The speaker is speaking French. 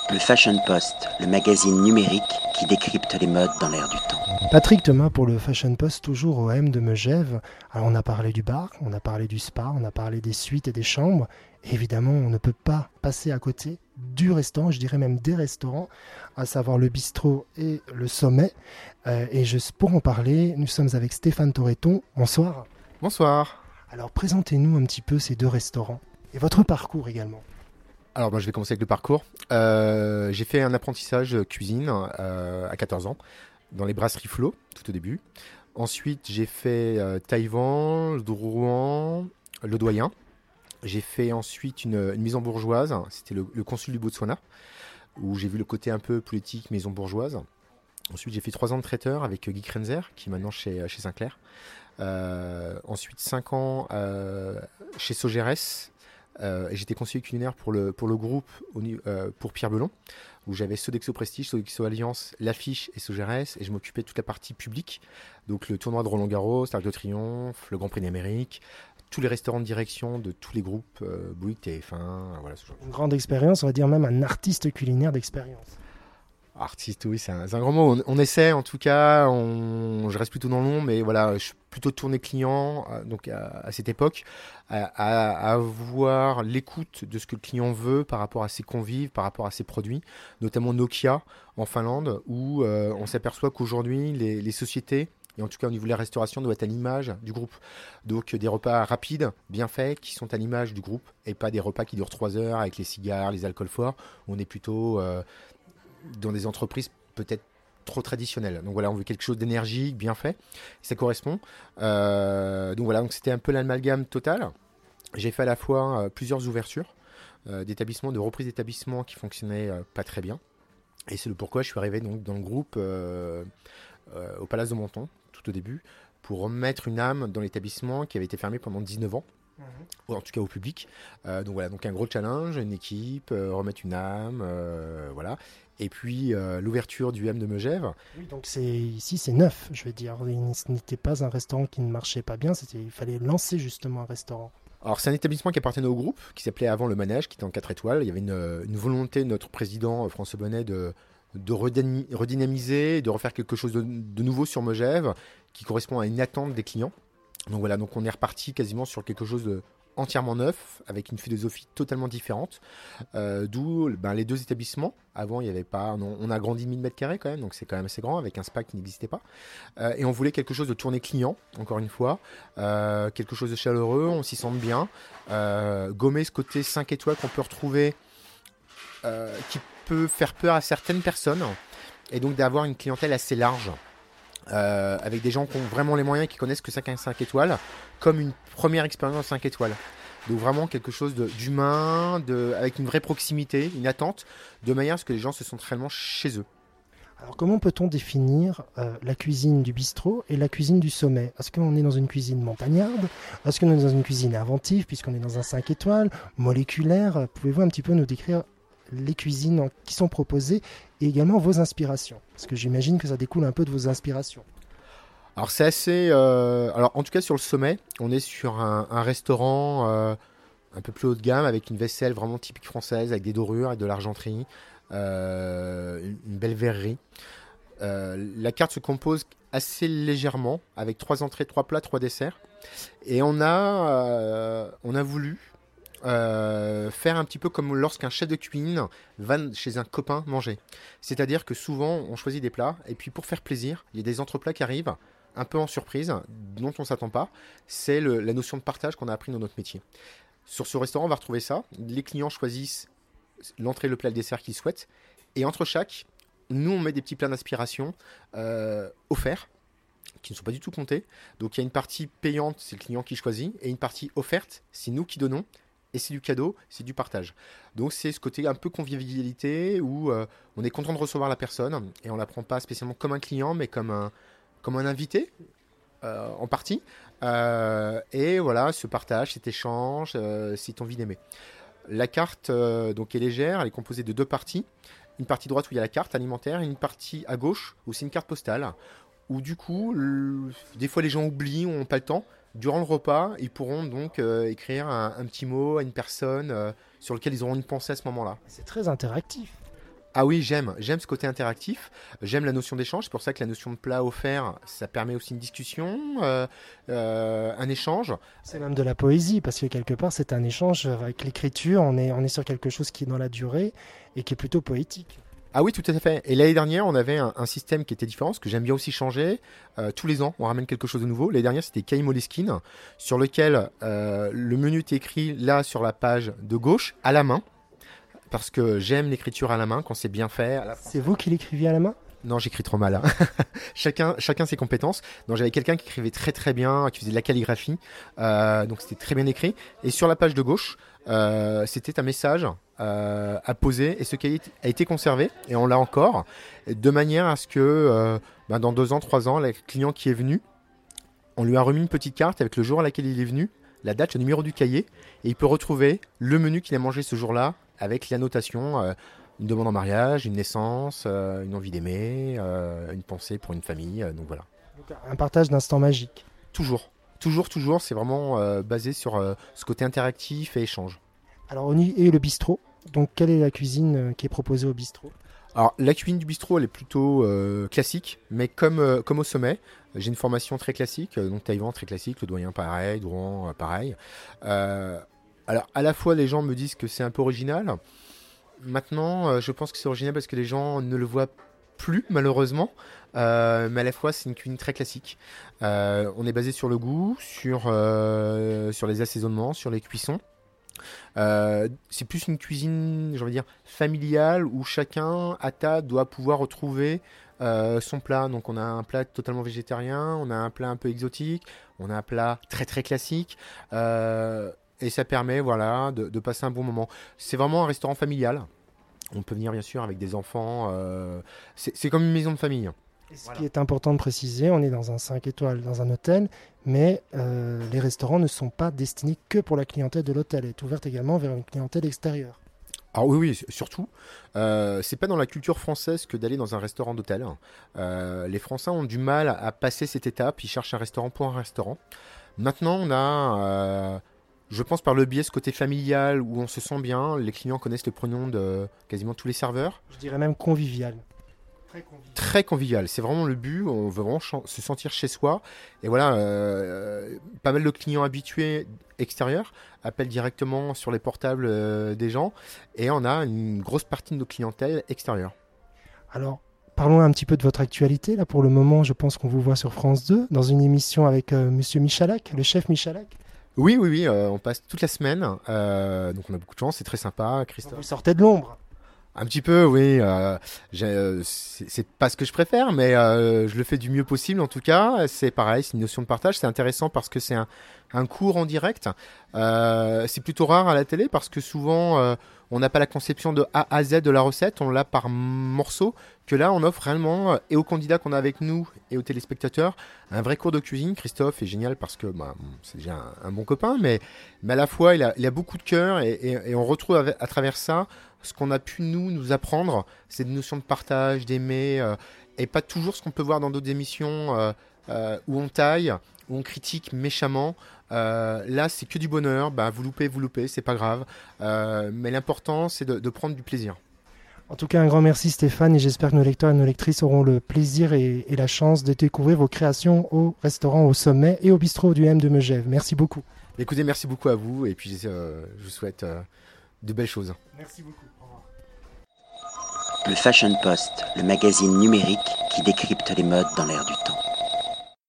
Le Fashion Post, le magazine numérique qui décrypte les modes dans l'air du temps. Patrick Thomas pour le Fashion Post, toujours au M de Megève. Alors on a parlé du bar, on a parlé du spa, on a parlé des suites et des chambres. Et évidemment, on ne peut pas passer à côté du restaurant, je dirais même des restaurants, à savoir le bistrot et le sommet. Pour en parler, nous sommes avec Stéphane Toreton. Bonsoir. Bonsoir. Alors présentez-nous un petit peu ces deux restaurants et votre parcours également. Alors moi je vais commencer avec le parcours. J'ai fait un apprentissage cuisine à 14 ans dans les brasseries Flo tout au début. Ensuite j'ai fait Taïwan, Drouan, Le Doyen. J'ai fait ensuite une maison bourgeoise, c'était le consul du Botswana, où j'ai vu le côté un peu politique maison bourgeoise. Ensuite j'ai fait 3 ans de traiteur avec Guy Krenzer qui est maintenant chez Sinclair. Ensuite 5 ans chez Sogeres. Et j'étais conseiller culinaire pour le groupe pour Pierre Belon, où j'avais Sodexo Prestige, Sodexo Alliance, l'affiche et Sogeres, et je m'occupais de toute la partie publique, donc le tournoi de Roland Garros, l'Arc de Triomphe, le Grand Prix d'Amérique, tous les restaurants de direction de tous les groupes, Bouygues, TF1, voilà ce genre. Une grande expérience, on va dire même un artiste culinaire d'expérience. Artiste, oui, c'est un grand mot. On essaie, en tout cas, je reste plutôt dans l'ombre, mais voilà, je suis plutôt tourné client, donc à cette époque, à avoir l'écoute de ce que le client veut par rapport à ses convives, par rapport à ses produits, notamment Nokia en Finlande, où on s'aperçoit qu'aujourd'hui, les sociétés, et en tout cas au niveau de la restauration, doivent être à l'image du groupe. Donc des repas rapides, bien faits, qui sont à l'image du groupe, et pas des repas qui durent 3 heures avec les cigares, les alcools forts. On est plutôt dans des entreprises peut-être trop traditionnelles. Donc voilà, on veut quelque chose d'énergique, bien fait. Ça correspond. Donc voilà, donc c'était un peu l'amalgame total. J'ai fait à la fois plusieurs ouvertures d'établissements, de reprises d'établissements qui fonctionnaient pas très bien. Et c'est le pourquoi je suis arrivé donc dans le groupe au Palace de Menton, tout au début, pour remettre une âme dans l'établissement qui avait été fermé pendant 19 ans. Ou en tout cas au public. Donc voilà, donc un gros challenge, une équipe, remettre une âme, voilà. Et puis l'ouverture du M de Megève. Oui, donc ici c'est neuf, je veux dire. Ce n'était pas un restaurant qui ne marchait pas bien, il fallait lancer justement un restaurant. Alors c'est un établissement qui appartenait au groupe, qui s'appelait avant le Manège, qui était en 4 étoiles. Il y avait une volonté de notre président François Bonnet de redynamiser, de refaire quelque chose de nouveau sur Megève, qui correspond à une attente des clients. Donc voilà, donc on est reparti quasiment sur quelque chose de entièrement neuf, avec une philosophie totalement différente, d'où les deux établissements. Avant, il n'y avait pas, on a grandi 1000 m² quand même, donc c'est quand même assez grand, avec un spa qui n'existait pas. Et on voulait quelque chose de tourné client, encore une fois, quelque chose de chaleureux, on s'y sent bien, gommer ce côté 5 étoiles qu'on peut retrouver, qui peut faire peur à certaines personnes, et donc d'avoir une clientèle assez large. Avec des gens qui ont vraiment les moyens et qui connaissent que 5 étoiles, comme une première expérience 5 étoiles. Donc vraiment quelque chose d'humain, avec une vraie proximité, une attente, de manière à ce que les gens se sentent réellement chez eux. Alors comment peut-on définir la cuisine du bistrot et la cuisine du sommet ? Est-ce qu'on est dans une cuisine montagnarde ? Est-ce qu'on est dans une cuisine inventive, puisqu'on est dans un 5 étoiles, moléculaire ? Pouvez-vous un petit peu nous décrire les cuisines qui sont proposées et également vos inspirations, parce que j'imagine que ça découle un peu de vos inspirations. Alors c'est assez... alors en tout cas sur le sommet, on est sur un restaurant un peu plus haut de gamme, avec une vaisselle vraiment typique française, avec des dorures et de l'argenterie, une belle verrerie. La carte se compose assez légèrement, avec 3 entrées, 3 plats, 3 desserts. Et on a voulu faire un petit peu comme lorsqu'un chef de cuisine va chez un copain manger. C'est-à-dire que souvent, on choisit des plats, et puis pour faire plaisir, il y a des entreplats qui arrivent, un peu en surprise, dont on ne s'attend pas. C'est la notion de partage qu'on a appris dans notre métier. Sur ce restaurant, on va retrouver ça. Les clients choisissent l'entrée, le plat, le dessert qu'ils souhaitent. Et entre chaque, nous, on met des petits plats d'inspiration offerts, qui ne sont pas du tout comptés. Donc il y a une partie payante, c'est le client qui choisit, et une partie offerte, c'est nous qui donnons. Et c'est du cadeau, c'est du partage. Donc c'est ce côté un peu convivialité où on est content de recevoir la personne et on la prend pas spécialement comme un client, mais comme un invité en partie. Et voilà, ce partage, cet échange, cette envie d'aimer. La carte donc est légère, elle est composée de 2 parties. Une partie droite où il y a la carte alimentaire et une partie à gauche où c'est une carte postale. Où du coup, des fois les gens oublient ou n'ont pas le temps. Durant le repas, ils pourront donc écrire un petit mot à une personne sur lequel ils auront une pensée à ce moment-là. C'est très interactif. Ah oui, j'aime ce côté interactif, j'aime la notion d'échange, c'est pour ça que la notion de plat offert, ça permet aussi une discussion, un échange. C'est même de la poésie, parce que quelque part, c'est un échange avec l'écriture. On est sur quelque chose qui est dans la durée et qui est plutôt poétique. Ah oui, tout à fait. Et l'année dernière, on avait un système qui était différent, ce que j'aime bien aussi changer. Tous les ans, on ramène quelque chose de nouveau. L'année dernière, c'était Caille Moleskine, sur lequel le menu est écrit là sur la page de gauche, à la main. Parce que j'aime l'écriture à la main quand c'est bien fait. C'est vous qui l'écriviez à la main? Non, j'écris trop mal, hein. chacun ses compétences. Donc j'avais quelqu'un qui écrivait très très bien, qui faisait de la calligraphie. Donc c'était très bien écrit. Et sur la page de gauche, c'était un message à poser. Et ce cahier a été conservé, et on l'a encore, de manière à ce que dans 2 ans, 3 ans, le client qui est venu, on lui a remis une petite carte avec le jour à laquelle il est venu, la date, le numéro du cahier, et il peut retrouver le menu qu'il a mangé ce jour-là, avec l'annotation, une demande en mariage, une naissance, une envie d'aimer, une pensée pour une famille, donc voilà. Donc, un partage d'instants magiques. Toujours, c'est vraiment basé sur ce côté interactif et échange. Alors, et le bistrot. Donc, quelle est la cuisine qui est proposée au bistrot? Alors, la cuisine du bistrot, elle est plutôt classique, mais comme au sommet, j'ai une formation très classique, donc taille-vent très classique, le doyen pareil, Drouan pareil. Alors, à la fois, les gens me disent que c'est un peu original. Maintenant, je pense que c'est original parce que les gens ne le voient plus, malheureusement. Mais à la fois, c'est une cuisine très classique. On est basé sur le goût, sur les assaisonnements, sur les cuissons. C'est plus une cuisine, j'ai envie de dire, familiale, où chacun, à table, doit pouvoir retrouver son plat. Donc, on a un plat totalement végétarien, on a un plat un peu exotique, on a un plat très très classique. Et ça permet de passer un bon moment. C'est vraiment un restaurant familial. On peut venir bien sûr avec des enfants. C'est comme une maison de famille. Et ce qui est important de préciser, on est dans un 5 étoiles, dans un hôtel, mais les restaurants ne sont pas destinés que pour la clientèle de l'hôtel. Elle est ouverte également vers une clientèle extérieure. Ah oui, surtout. C'est pas dans la culture française que d'aller dans un restaurant d'hôtel. Les Français ont du mal à passer cette étape. Ils cherchent un restaurant pour un restaurant. Maintenant, on a... je pense par le biais ce côté familial où on se sent bien, les clients connaissent le prénom de quasiment tous les serveurs. Je dirais même convivial. Très convivial, c'est vraiment le but, on veut vraiment se sentir chez soi. Et voilà, pas mal de clients habitués extérieurs appellent directement sur les portables des gens, et on a une grosse partie de nos clientèles extérieures. Alors, parlons un petit peu de votre actualité. Là, pour le moment, je pense qu'on vous voit sur France 2, dans une émission avec Monsieur Michalak, le chef Michalak. Oui, on passe toute la semaine, donc on a beaucoup de chance, c'est très sympa, Christophe. Vous sortez de l'ombre. Un petit peu, oui. C'est pas ce que je préfère, mais je le fais du mieux possible en tout cas. C'est pareil, c'est une notion de partage. C'est intéressant parce que c'est un cours en direct. C'est plutôt rare à la télé parce que souvent on n'a pas la conception de A à Z de la recette, on l'a par morceaux. Que là, on offre réellement et aux candidats qu'on a avec nous et aux téléspectateurs un vrai cours de cuisine. Christophe est génial parce que c'est déjà un bon copain, mais à la fois il a beaucoup de cœur et on retrouve à travers ça ce qu'on a pu nous apprendre, c'est des notions de partage, d'aimer, et pas toujours ce qu'on peut voir dans d'autres émissions où on taille, où on critique méchamment. Là, c'est que du bonheur. Vous loupez, c'est pas grave. Mais l'important, c'est de prendre du plaisir. En tout cas, un grand merci Stéphane, et j'espère que nos lecteurs et nos lectrices auront le plaisir et la chance de découvrir vos créations au restaurant Au Sommet et au bistrot du M de Megève. Merci beaucoup. Écoutez, merci beaucoup à vous, et puis je vous souhaite de belles choses. Merci beaucoup. Au revoir. Le Fashion Post, le magazine numérique qui décrypte les modes dans l'air du temps.